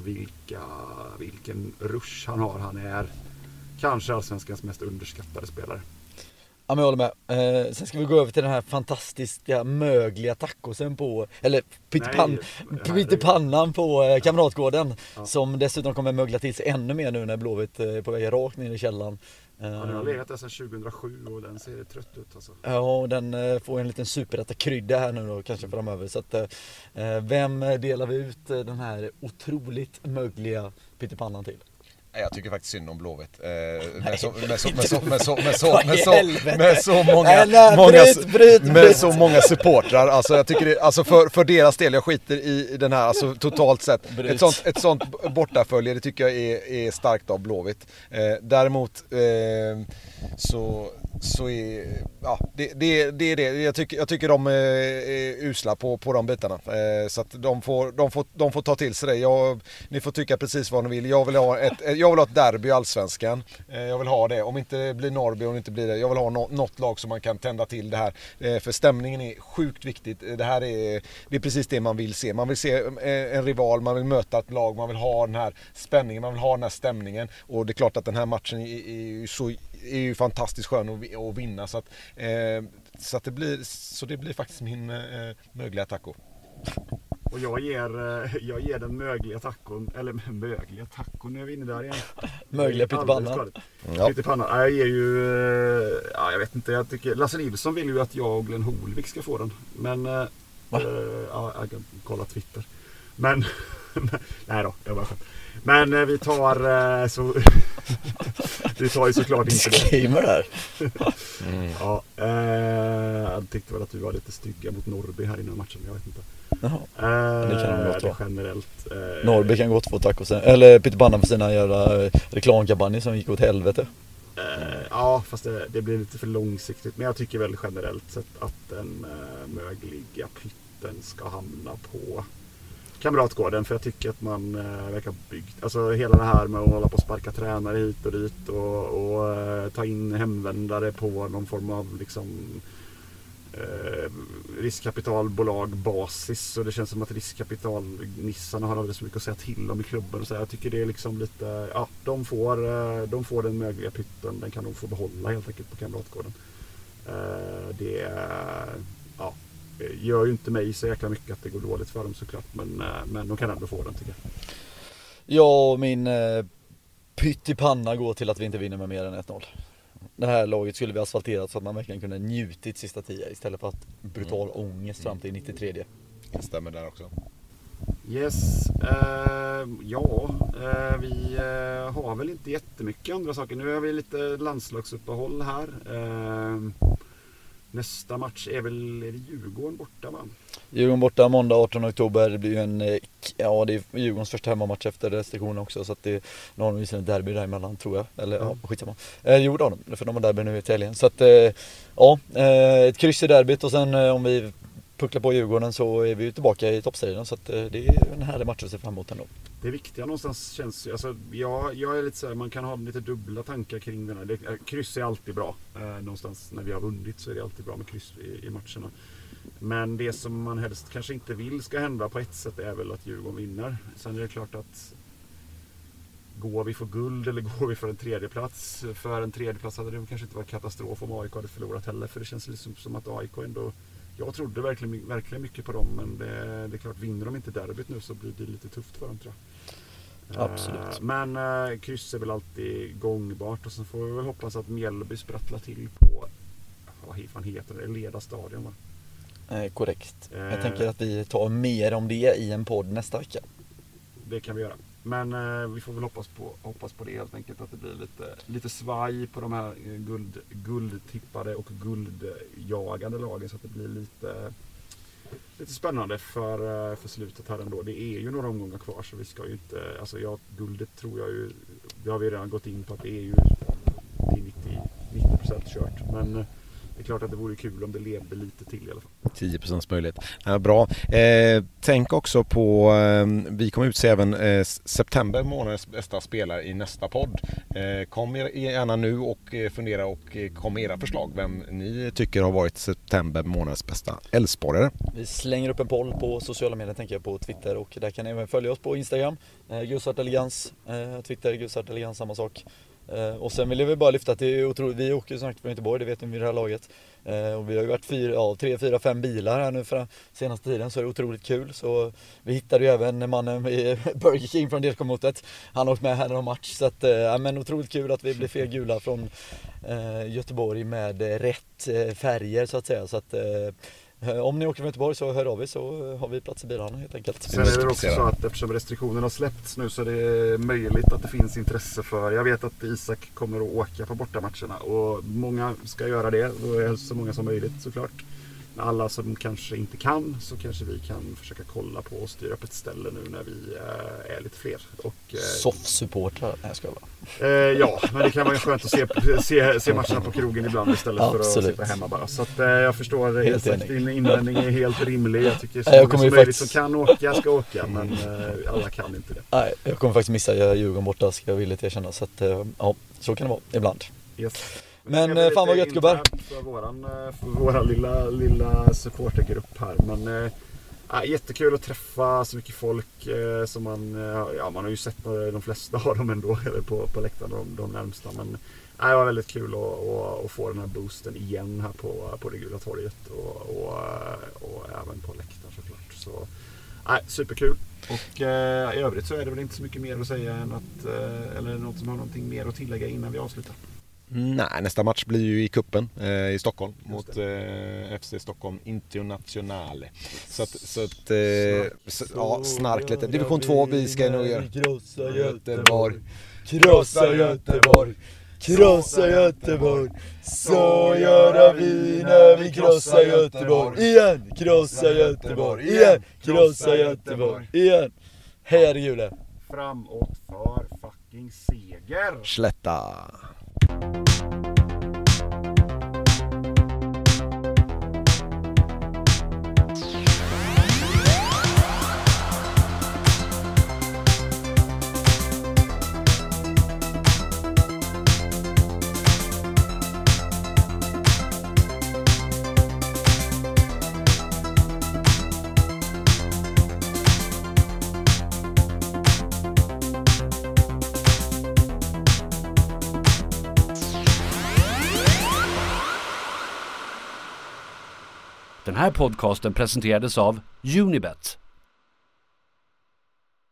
vilken rush han har. Han är kanske allsvenskans mest underskattade spelare. Ja, men jag håller med. Sen ska vi gå över till den här fantastiska mögliga tacosen på, eller pyttipannan på Kamratgården. Ja. Som dessutom kommer mögla till sig ännu mer nu när Blåvitt är på väg rakt ner i källaren. Ja, den har legat där sedan 2007 och den ser trött ut alltså. Ja, den får en liten superrätta-krydda här nu då, kanske framöver. Så att, vem delar vi ut den här otroligt mögliga pyttipannan till? Jag tycker faktiskt synd om Blåvitt. Med så många supportrar. Alltså jag tycker alltså för deras del, jag skiter i den här alltså totalt sett. Ett sånt bortafölje, det tycker jag är starkt av Blåvitt. Däremot så är det är det. Jag tycker de är usla på de bitarna. Så att de får ta till sig det. Ni får tycka precis vad ni vill. Jag vill ha ett derby i Allsvenskan. Jag vill ha det. Om inte det blir Norrby, om det inte blir det. Jag vill ha något lag som man kan tända till det här. För stämningen är sjukt viktigt. Det här det är precis det man vill se. Man vill se en rival, man vill möta ett lag, man vill ha den här spänningen, man vill ha den här stämningen. Och det är klart att den här matchen är ju fantastiskt skön att vinna. Så det blir faktiskt min mögliga taco. Och jag ger den mögliga tacon, eller mögliga tacon, jag vinner där igen. Mögliga pyttipannan. Pyttipannan. Jag ger ju, jag vet inte, jag tycker Lasse Nilsson vill ju att jag och Glenn Holvik ska få den. Men, jag kan kolla Twitter. Men, nej då, jag bara skämt. Men vi tar så vi tar ju såklart inte det. Skriver där. Ja, jag tyckte väl att du var lite stygga mot Norrby här innan matchen, jag vet inte. Det kan de gott vara. Generellt. Norrby kan gott få tacos eller pyttipannan för sina jävla reklamkampanjer som gick åt helvete. Ja, fast det blir lite för långsiktigt. Men jag tycker väl generellt sett att den mögliga pytten ska hamna på Kamratgården, för jag tycker att man verkar byggt. Alltså hela det här med att hålla på och sparka tränare hit och dit och ta in hemvändare på någon form av liksom riskkapitalbolag basis, och det känns som att riskkapitalnissarna har alldeles så mycket att säga till om i klubben. Så jag tycker det är liksom lite, ja, de får den mögliga pytten, den kan de få behålla helt enkelt på Kamratgården. Det gör ju inte mig så jäkla mycket att det går dåligt för dem såklart, men de kan ändå få den, tycker jag. Ja, min pyttipanna går till att vi inte vinner med mer än 1-0. Det här laget skulle vi asfalterat så att man verkligen kunde njutit sista 10 istället för att brutal ångest fram till 93. Det stämmer där också. Yes, vi har väl inte jättemycket andra saker. Nu har vi lite landslagsuppehåll här. Nästa match är det Djurgården borta, va? Djurgården borta måndag 18 oktober. Det blir ju det är Djurgårdens första hemmamatch efter restriktionen också, så att det har nog visserligen ett derby däremellan, tror jag. Eller skitsamma. Jo då, för de har derby nu i helgen. Så att ett kryss i derbyt, och sen om vi pucklar på Djurgården så är vi ju tillbaka i toppstriden, så att det är en härlig match att se fram emot ändå. Det viktiga någonstans känns ju, alltså jag är lite så här, man kan ha lite dubbla tankar kring den här. Kryss är alltid bra. Någonstans när vi har vunnit så är det alltid bra med kryss i matcherna. Men det som man helst kanske inte vill ska hända på ett sätt är väl att Djurgården vinner. Sen är det klart att går vi för guld eller går vi för en tredjeplats? För en tredjeplats hade det kanske inte varit katastrof om AIK hade förlorat heller, för det känns liksom som att AIK ändå, jag trodde verkligen mycket på dem, men det är klart, vinner de inte derbyt nu så blir det lite tufft för dem, tror jag. Absolut. Men kryss är väl alltid gångbart, och så får vi väl hoppas att Mjällby sprattlar till på, vad fan heter det, Leda stadion, va? Korrekt. Jag tänker att vi tar mer om det i en podd nästa vecka. Det kan vi göra. Men vi får väl hoppas på det helt enkelt, att det blir lite svaj på de här guldtippade och guldjagande lagen, så att det blir lite spännande för slutet här ändå. Det är ju några omgångar kvar, så vi ska ju inte, alltså guldet tror jag ju, det har vi redan gått in på att det är ju till 90% kört, men det är klart att det vore kul om det levde lite till i alla fall. 10% möjlighet. Ja, bra. Tänk också på, vi kommer utse även september månadens bästa spelare i nästa podd. Kom gärna nu och fundera och kom med era förslag vem ni tycker har varit september månadens bästa Elfsborgare. Vi slänger upp en poll på sociala medier, tänker jag, på Twitter, och där kan ni även följa oss på Instagram, Gulsvart Elegans, Twitter Gulsvart Elegans, samma sak. Och sen vill jag väl bara lyfta att det är otroligt, vi åker ju snart från Göteborg, det vet ni vid det här laget. Och vi har ju varit 3, 4, 5 bilar här nu för senaste tiden, så är det otroligt kul. Så vi hittade ju även mannen i Burger King från delkommotet. Han har åkt med här någon match, så att, men otroligt kul att vi blir fler gula från Göteborg med rätt färger så att säga. Så att om ni åker från Göteborg så hör av er, så har vi plats i bilarna helt enkelt. Sen är det också så att eftersom restriktionerna har släppts nu så är det möjligt att det finns intresse för, jag vet att Isak kommer att åka på bortamatcherna och många ska göra det, och helst så många som möjligt såklart. Men alla som kanske inte kan, så kanske vi kan försöka kolla på och styra upp ett ställe nu när vi är lite fler. Soft-supportrar, här ska jag vara. Ja, men det kan vara skönt att se matcherna på krogen ibland istället för att sitta hemma bara. Så att, jag förstår helt att din invändning är helt rimlig. Jag tycker så många som möjligt som kan åka ska åka, men alla kan inte det. Nej, jag kommer faktiskt missa Djurgården borta, ska jag villigt erkänna. Så att, ja, så kan det vara ibland. Yes. Men fan vad gött, gubbar. För våran lilla supportergrupp här. Men jättekul att träffa så mycket folk som man har ju sett de flesta av dem ändå på läktaren, de närmsta. Men det var väldigt kul att få den här boosten igen här på det Gula torget och även på läktaren såklart. Så superkul. Och i övrigt så är det väl inte så mycket mer att säga än att, eller något som har någonting mer att tillägga innan vi avslutar. Nej, nästa match blir ju i kuppen i Stockholm mot FC Stockholm Internationale. Så att snark lite. Division 2, vi ska nog göra. Krossa Göteborg, krossa Göteborg, krossa Göteborg. Så gör vi när vi krossar Göteborg. Igen, krossa Göteborg, igen, krossa Göteborg, igen. Heja det Gule. Framåt för fucking seger. Slätta. Den här podcasten presenterades av Unibet,